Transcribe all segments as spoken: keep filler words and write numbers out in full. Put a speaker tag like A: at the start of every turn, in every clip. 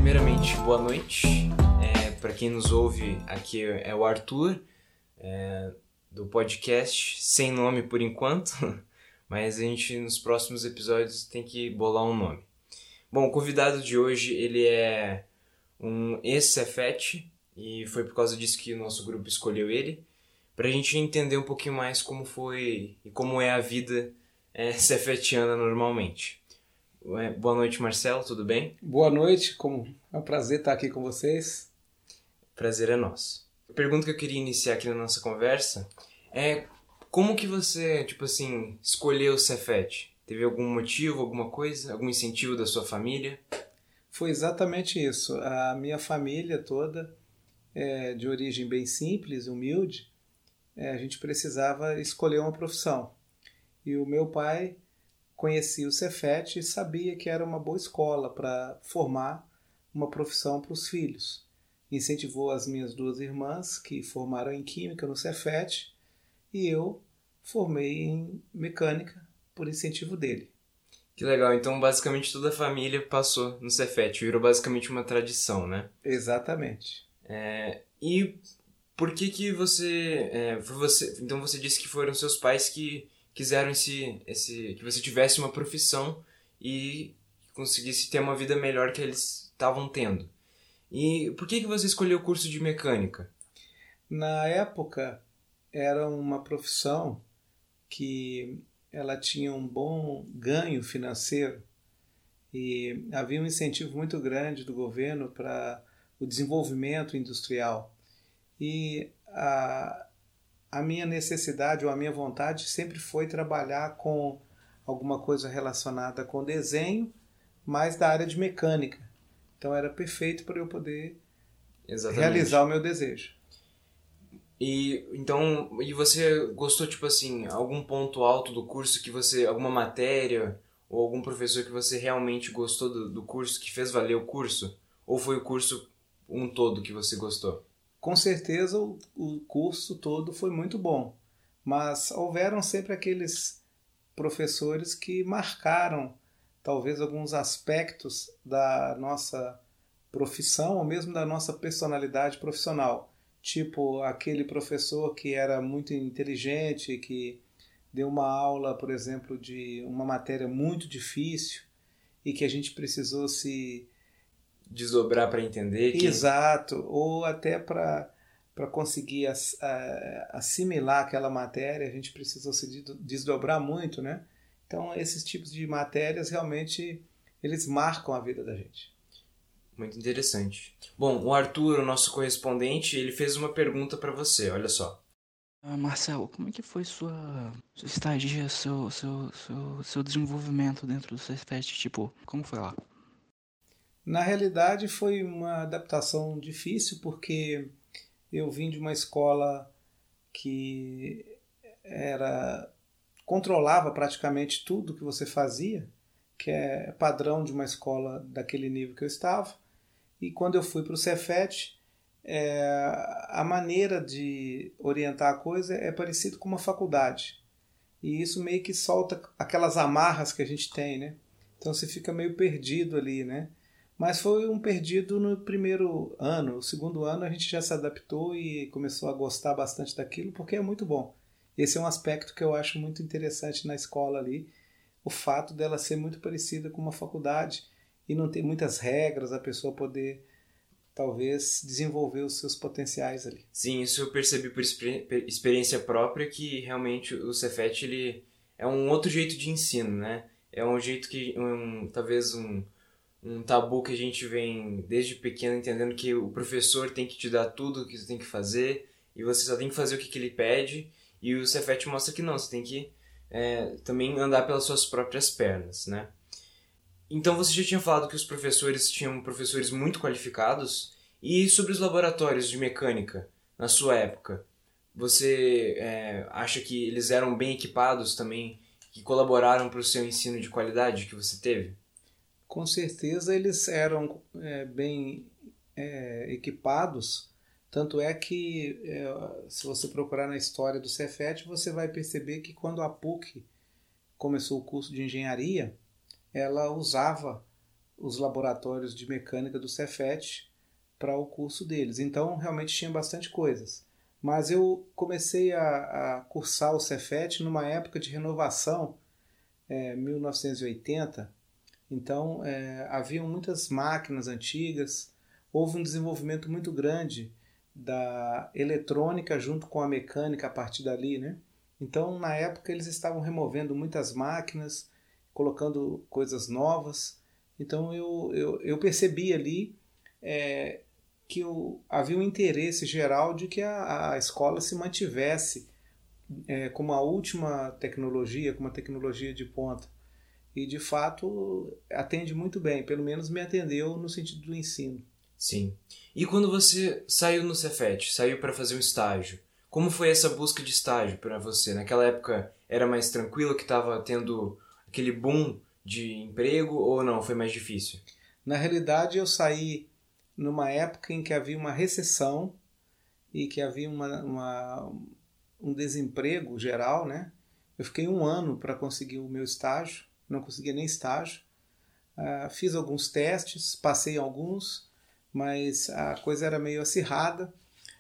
A: primeiramente, boa noite. É, para quem nos ouve, aqui é o Arthur, é, do podcast Sem Nome por enquanto, mas a gente nos próximos episódios tem que bolar um nome. Bom, o convidado de hoje, ele é um ex-Cefet, e foi por causa disso que o nosso grupo escolheu ele, para a gente entender um pouquinho mais como foi e como é a vida é, cefetiana normalmente. Boa noite, Marcelo, tudo bem?
B: Boa noite, como é um prazer estar aqui com vocês.
A: Prazer é nosso. A pergunta que eu queria iniciar aqui na nossa conversa é como que você, tipo assim, escolheu o Cefet? Teve algum motivo, alguma coisa, algum incentivo da sua família?
B: Foi exatamente isso. A minha família toda é de origem bem simples, humilde. É, a gente precisava escolher uma profissão. E o meu pai conhecia o Cefet e sabia que era uma boa escola para formar uma profissão para os filhos. Incentivou as minhas duas irmãs, que formaram em Química no Cefet, e eu formei em Mecânica por incentivo dele.
A: Que legal, então basicamente toda a família passou no Cefet, virou basicamente uma tradição, né?
B: Exatamente.
A: É, e por que que você, é, foi você... Então você disse que foram seus pais que quiseram esse, esse, que você tivesse uma profissão e conseguisse ter uma vida melhor que eles estavam tendo. E por que que você escolheu o curso de mecânica?
B: Na época, era uma profissão que ela tinha um bom ganho financeiro e havia um incentivo muito grande do governo para o desenvolvimento industrial. E a A minha necessidade ou a minha vontade sempre foi trabalhar com alguma coisa relacionada com desenho, mas da área de mecânica. Então era perfeito para eu poder
A: Exatamente.
B: realizar o meu desejo.
A: E então, e você gostou, tipo assim, algum ponto alto do curso que você, alguma matéria ou algum professor que você realmente gostou do, do curso, que fez valer o curso? Ou foi o curso um todo que você gostou?
B: Com certeza o, o curso todo foi muito bom, mas houveram sempre aqueles professores que marcaram talvez alguns aspectos da nossa profissão ou mesmo da nossa personalidade profissional. Tipo aquele professor que era muito inteligente, que deu uma aula, por exemplo, de uma matéria muito difícil e que a gente precisou se
A: Desdobrar para entender que...
B: Exato, ou até para para conseguir as, a, assimilar aquela matéria, a gente precisou se desdobrar muito, né? Então, esses tipos de matérias realmente eles marcam a vida da gente.
A: Muito interessante. Bom, o Arthur, o nosso correspondente, ele fez uma pergunta para você, olha só.
C: Ah, Marcelo, como é que foi sua, sua estadia, seu, seu, seu, seu desenvolvimento dentro do Cefet? Tipo, como foi lá?
B: Na realidade, foi uma adaptação difícil, porque eu vim de uma escola que era controlava praticamente tudo que você fazia, que é padrão de uma escola daquele nível que eu estava. E quando eu fui para o Cefet, é, a maneira de orientar a coisa é parecido com uma faculdade. E isso meio que solta aquelas amarras que a gente tem, né? Então você fica meio perdido ali, né? Mas foi um perdido no primeiro ano. O segundo ano a gente já se adaptou e começou a gostar bastante daquilo, porque é muito bom. Esse é um aspecto que eu acho muito interessante na escola ali, o fato dela ser muito parecida com uma faculdade e não ter muitas regras, a pessoa poder talvez desenvolver os seus potenciais ali.
A: Sim, isso eu percebi por experiência própria, que realmente o Cefet ele é um outro jeito de ensino, né? É um jeito que, um, talvez um, um tabu que a gente vem desde pequeno entendendo que o professor tem que te dar tudo o que você tem que fazer e você só tem que fazer o que, que ele pede, e o Cefet mostra que não, você tem que é, também andar pelas suas próprias pernas, né? Então você já tinha falado que os professores tinham professores muito qualificados. E sobre os laboratórios de mecânica, na sua época, você é, acha que eles eram bem equipados também, que colaboraram para o seu ensino de qualidade que você teve?
B: Com certeza eles eram é, bem é, equipados, tanto é que é, se você procurar na história do Cefet, você vai perceber que quando a PUC começou o curso de engenharia, ela usava os laboratórios de mecânica do Cefet para o curso deles. Então, realmente tinha bastante coisas. Mas eu comecei a, a cursar o Cefet numa época de renovação, é, mil novecentos e oitenta. Então, é, haviam muitas máquinas antigas, houve um desenvolvimento muito grande da eletrônica junto com a mecânica a partir dali, né? Então, na época, eles estavam removendo muitas máquinas, colocando coisas novas. Então, eu, eu, eu percebi ali é, que eu, havia um interesse geral de que a, a escola se mantivesse é, como a última tecnologia, como a tecnologia de ponta. E, de fato, atende muito bem, pelo menos me atendeu no sentido do ensino.
A: Sim. E quando você saiu no Cefet, saiu para fazer um estágio, como foi essa busca de estágio para você? Naquela época era mais tranquilo, que estava tendo aquele boom de emprego, ou não, foi mais difícil?
B: Na realidade, eu saí numa época em que havia uma recessão e que havia uma, uma, um desemprego geral, né? Eu fiquei um ano para conseguir o meu estágio, não conseguia nem estágio. Uh, fiz alguns testes, passei alguns, mas a coisa era meio acirrada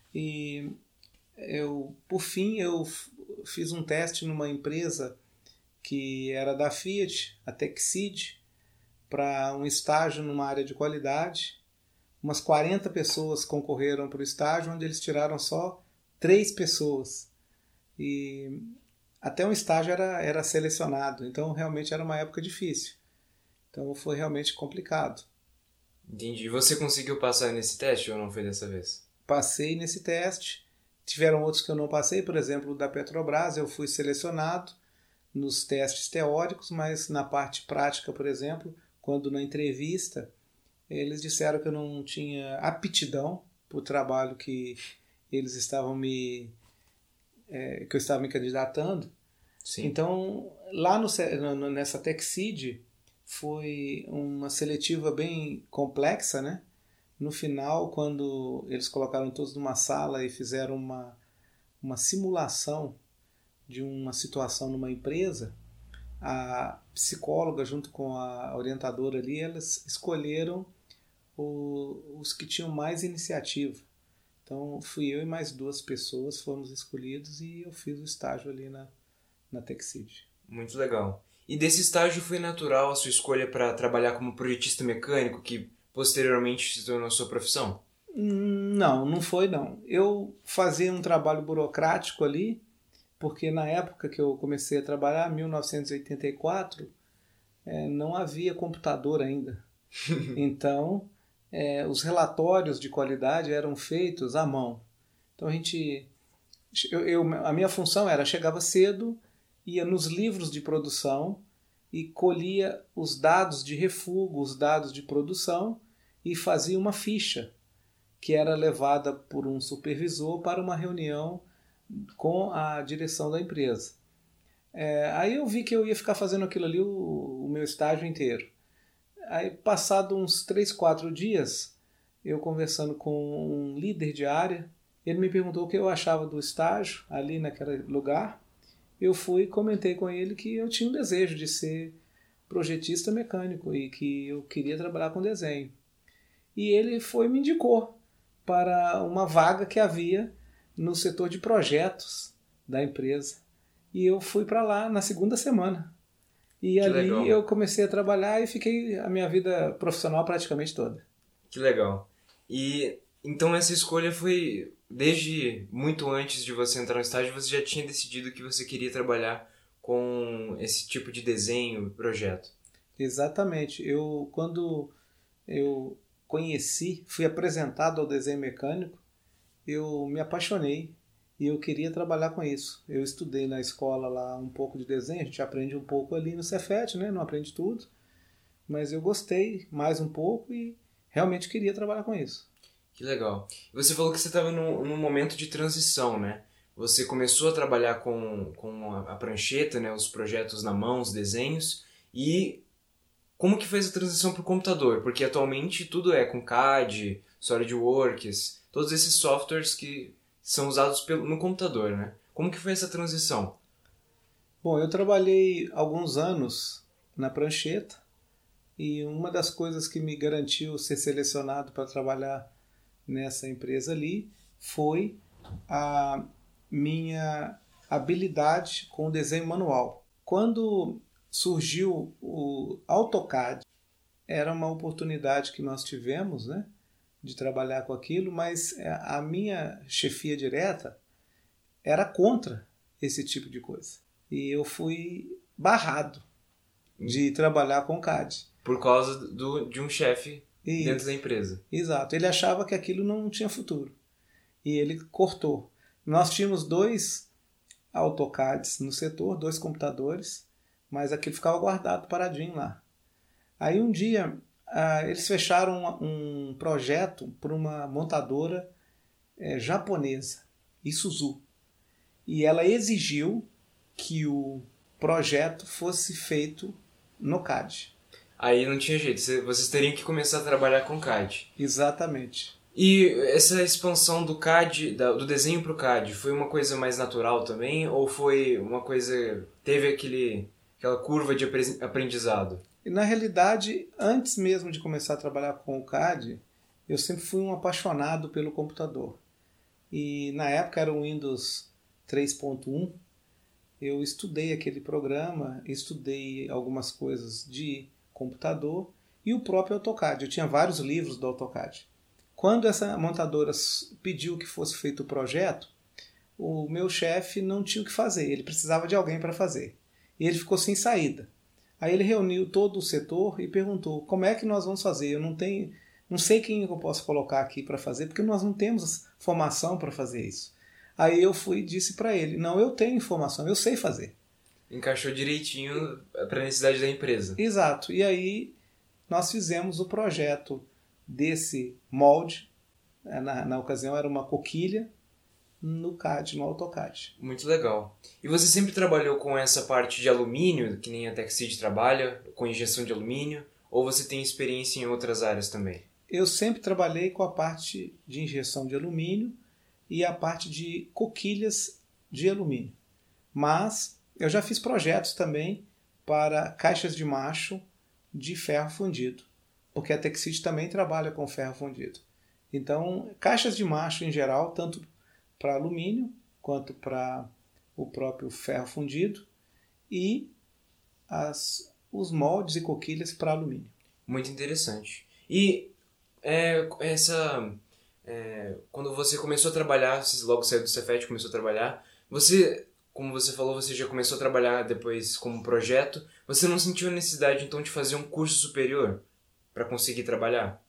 B: e eu, por fim, eu fiz um teste numa empresa que era da Fiat, a Texid, para um estágio numa área de qualidade. Umas quarenta pessoas concorreram para o estágio, onde eles tiraram só três pessoas. E até um estágio era, era selecionado, então realmente era uma época difícil. Então foi realmente complicado.
A: Entendi. E você conseguiu passar nesse teste ou não foi dessa vez?
B: Passei nesse teste. Tiveram outros que eu não passei, por exemplo, da Petrobras, eu fui selecionado nos testes teóricos, mas na parte prática, por exemplo, quando na entrevista, eles disseram que eu não tinha aptidão para o trabalho que eles estavam me... É, que eu estava me candidatando.
A: Sim.
B: Então, lá no, no, nessa Texid, foi uma seletiva bem complexa, né? No final, quando eles colocaram todos numa sala e fizeram uma, uma simulação de uma situação numa empresa, a psicóloga junto com a orientadora ali, elas escolheram o, os que tinham mais iniciativa. Então fui eu e mais duas pessoas, fomos escolhidos e eu fiz o estágio ali na, na Texid.
A: Muito legal. E desse estágio foi natural a sua escolha para trabalhar como projetista mecânico, que posteriormente se tornou sua profissão?
B: Não, não foi não. Eu fazia um trabalho burocrático ali, porque na época que eu comecei a trabalhar, em mil novecentos e oitenta e quatro, é, não havia computador ainda. Então, é, os relatórios de qualidade eram feitos à mão. Então a gente... Eu, eu, a minha função era, chegava cedo, ia nos livros de produção e colhia os dados de refúgio, os dados de produção e fazia uma ficha que era levada por um supervisor para uma reunião com a direção da empresa. É, aí eu vi que eu ia ficar fazendo aquilo ali o, o meu estágio inteiro. Aí, passado uns três, quatro dias, eu conversando com um líder de área, ele me perguntou o que eu achava do estágio ali naquele lugar. Eu fui e comentei com ele que eu tinha um desejo de ser projetista mecânico e que eu queria trabalhar com desenho. E ele foi e me indicou para uma vaga que havia no setor de projetos da empresa. E eu fui para lá na segunda semana. E
A: que
B: ali
A: legal.
B: Eu comecei a trabalhar e fiquei a minha vida profissional praticamente toda.
A: Que legal. E então essa escolha foi... Desde muito antes de você entrar no estágio, você já tinha decidido que você queria trabalhar com esse tipo de desenho, projeto.
B: Exatamente. Eu, quando eu conheci, fui apresentado ao desenho mecânico, eu me apaixonei e eu queria trabalhar com isso. Eu estudei na escola lá um pouco de desenho, a gente aprende um pouco ali no Cefet, né? Não aprende tudo, mas eu gostei mais um pouco e realmente queria trabalhar com isso.
A: Que legal. Você falou que você estava num, num momento de transição, né? Você começou a trabalhar com, com a, a prancheta, né? Os projetos na mão, os desenhos. E como que fez a transição para o computador? Porque atualmente tudo é com C A D, SolidWorks, todos esses softwares que são usados pelo, no computador, né? Como que foi essa transição?
B: Bom, eu trabalhei alguns anos na prancheta E uma das coisas que me garantiu ser selecionado para trabalhar nessa empresa ali foi a minha habilidade com o desenho manual. Quando surgiu o AutoCAD, era uma oportunidade que nós tivemos, né, de trabalhar com aquilo, mas a minha chefia direta era contra esse tipo de coisa. E eu fui barrado de trabalhar com C A D.
A: Por causa do, de um chefe
B: Isso.
A: Dentro da empresa.
B: Exato. Ele achava que aquilo não tinha futuro. E ele cortou. Nós tínhamos dois AutoCADs no setor, dois computadores, mas aquilo ficava guardado, paradinho lá. Aí um dia uh, eles fecharam um, um projeto para uma montadora é, japonesa, Isuzu. E ela exigiu que o projeto fosse feito no C A D.
A: Aí não tinha jeito, vocês teriam que começar a trabalhar com C A D.
B: Exatamente.
A: E essa expansão do C A D, do desenho para o C A D, foi uma coisa mais natural também? Ou foi uma coisa... teve aquele, aquela curva de aprendizado?
B: E na realidade, antes mesmo de começar a trabalhar com o C A D, eu sempre fui um apaixonado pelo computador. E na época era o Windows três ponto um. Eu estudei aquele programa, estudei algumas coisas de computador e o próprio AutoCAD. Eu tinha vários livros do AutoCAD. Quando essa montadora pediu que fosse feito o projeto, o meu chefe não tinha o que fazer, ele precisava de alguém para fazer. E ele ficou sem saída. Aí ele reuniu todo o setor e perguntou: como é que nós vamos fazer? Eu não tenho, não sei quem eu posso colocar aqui para fazer, porque nós não temos formação para fazer isso. Aí eu fui e disse para ele: não, eu tenho informação, eu sei fazer.
A: Encaixou direitinho para a necessidade da empresa.
B: Exato. E aí nós fizemos o projeto desse molde, na, na ocasião era uma coquilha, no C A D, no AutoCAD.
A: Muito legal. E você sempre trabalhou com essa parte de alumínio, que nem a TechSeed trabalha, com injeção de alumínio, ou você tem experiência em outras áreas também?
B: Eu sempre trabalhei com a parte de injeção de alumínio e a parte de coquilhas de alumínio. Mas eu já fiz projetos também para caixas de macho de ferro fundido, porque a TechSeed também trabalha com ferro fundido. Então, caixas de macho em geral, tanto para alumínio quanto para o próprio ferro fundido, e as, os moldes e coquilhas para alumínio.
A: Muito interessante. E é, essa, é, quando você começou a trabalhar, você logo saiu do Cefet, começou a trabalhar, você, como você falou, você já começou a trabalhar depois como projeto, você não sentiu a necessidade então de fazer um curso superior para conseguir trabalhar?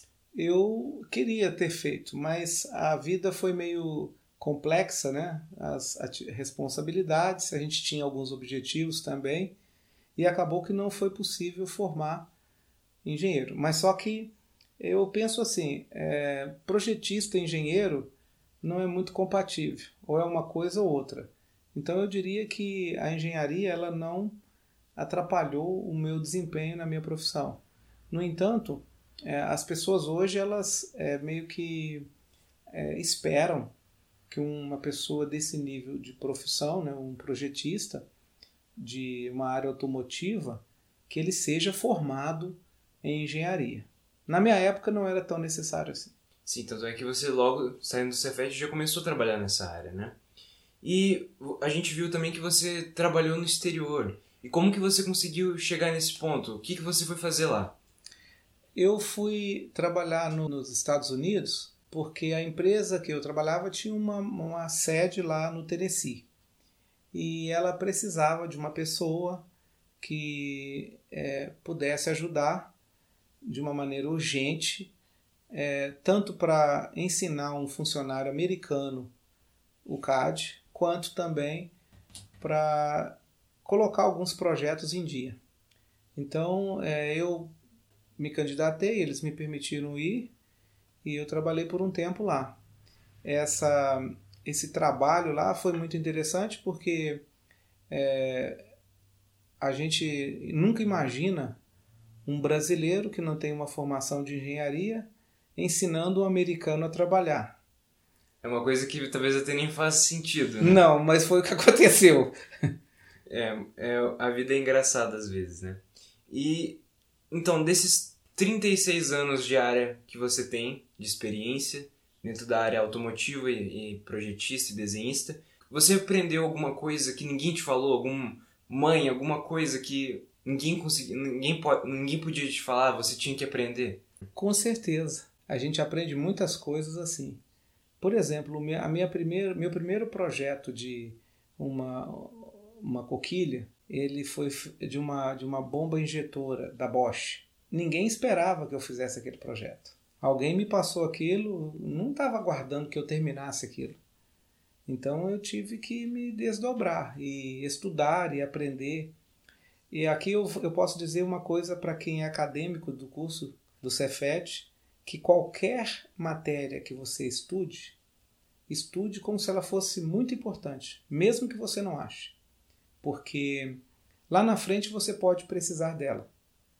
B: Eu queria ter feito, mas a vida foi meio complexa, né? As responsabilidades, a gente tinha alguns objetivos também, e acabou que não foi possível formar engenheiro. Mas só que eu penso assim, é, projetista e engenheiro não é muito compatível, ou é uma coisa ou outra. Então eu diria que a engenharia ela não atrapalhou o meu desempenho na minha profissão. No entanto, é, as pessoas hoje elas é, meio que é, esperam que uma pessoa desse nível de profissão, né, um projetista de uma área automotiva, que ele seja formado em engenharia. Na minha época não era tão necessário assim.
A: Sim, tanto é que você logo, saindo do Cefet, já começou a trabalhar nessa área, né? E a gente viu também que você trabalhou no exterior. E como que você conseguiu chegar nesse ponto? O que, que você foi fazer lá?
B: Eu fui trabalhar no, nos Estados Unidos porque a empresa que eu trabalhava tinha uma, uma sede lá no Tennessee. E ela precisava de uma pessoa que é, pudesse ajudar de uma maneira urgente, é, tanto para ensinar um funcionário americano o C A D, quanto também para colocar alguns projetos em dia. Então é, eu me candidatei, eles me permitiram ir e eu trabalhei por um tempo lá. Essa, esse trabalho lá foi muito interessante porque é, a gente nunca imagina um brasileiro que não tem uma formação de engenharia ensinando um americano a trabalhar.
A: É uma coisa que talvez até nem faça sentido, né?
B: Não, mas foi o que aconteceu.
A: É, é, a vida é engraçada às vezes, né? E Então, desses trinta e seis anos de área que você tem, de experiência, dentro da área automotiva e, e projetista e desenhista, você aprendeu alguma coisa que ninguém te falou? Alguma mãe, alguma coisa que ninguém conseguia, ninguém, ninguém podia te falar, você tinha que aprender?
B: Com certeza. A gente aprende muitas coisas assim. Por exemplo, a minha primeira, meu primeiro projeto de uma, uma coquilha, ele foi de uma, de uma bomba injetora da Bosch. Ninguém esperava que eu fizesse aquele projeto. Alguém me passou aquilo, não estava aguardando que eu terminasse aquilo. Então eu tive que me desdobrar e estudar e aprender. E aqui eu, eu posso dizer uma coisa para quem é acadêmico do curso do Cefet, que qualquer matéria que você estude, estude como se ela fosse muito importante, mesmo que você não ache. Porque lá na frente você pode precisar dela.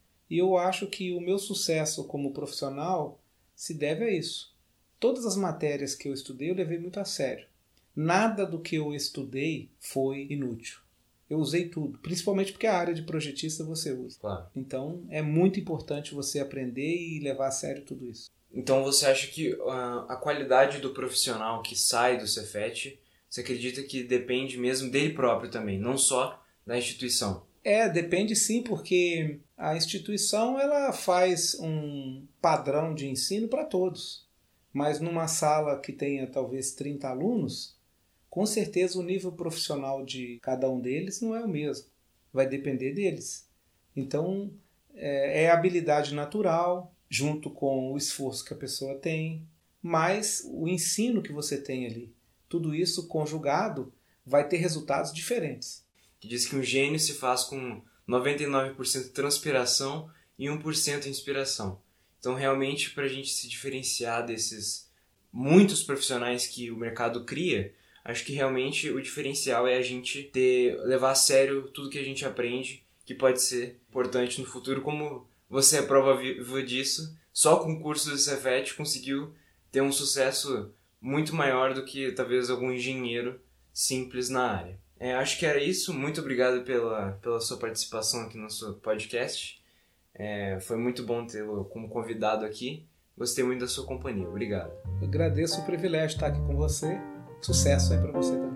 B: E eu acho que o meu sucesso como profissional se deve a isso. Todas as matérias que eu estudei eu levei muito a sério. Nada do que eu estudei foi inútil. Eu usei tudo, principalmente porque a área de projetista você usa.
A: Claro.
B: Então é muito importante você aprender e levar a sério tudo isso.
A: Então você acha que uh, a qualidade do profissional que sai do Cefet, você acredita que depende mesmo dele próprio também, não só da instituição?
B: É, depende sim, porque a instituição ela faz um padrão de ensino para todos. Mas numa sala que tenha talvez trinta alunos, com certeza o nível profissional de cada um deles não é o mesmo. Vai depender deles. Então é, é habilidade natural, junto com o esforço que a pessoa tem, mas o ensino que você tem ali. Tudo isso conjugado vai ter resultados diferentes.
A: Que diz que um gênio se faz com noventa e nove por cento transpiração e um por cento inspiração. Então, realmente, para a gente se diferenciar desses muitos profissionais que o mercado cria, acho que realmente o diferencial é a gente ter, levar a sério tudo que a gente aprende, que pode ser importante no futuro, como você é prova viva disso. Só com o curso do Cefet conseguiu ter um sucesso muito maior do que talvez algum engenheiro simples na área. É, acho que era isso. Muito obrigado pela, pela sua participação aqui no nosso podcast. É, foi muito bom tê-lo como convidado aqui. Gostei muito da sua companhia. Obrigado.
B: Eu agradeço o privilégio de estar aqui com você. Sucesso aí para você também.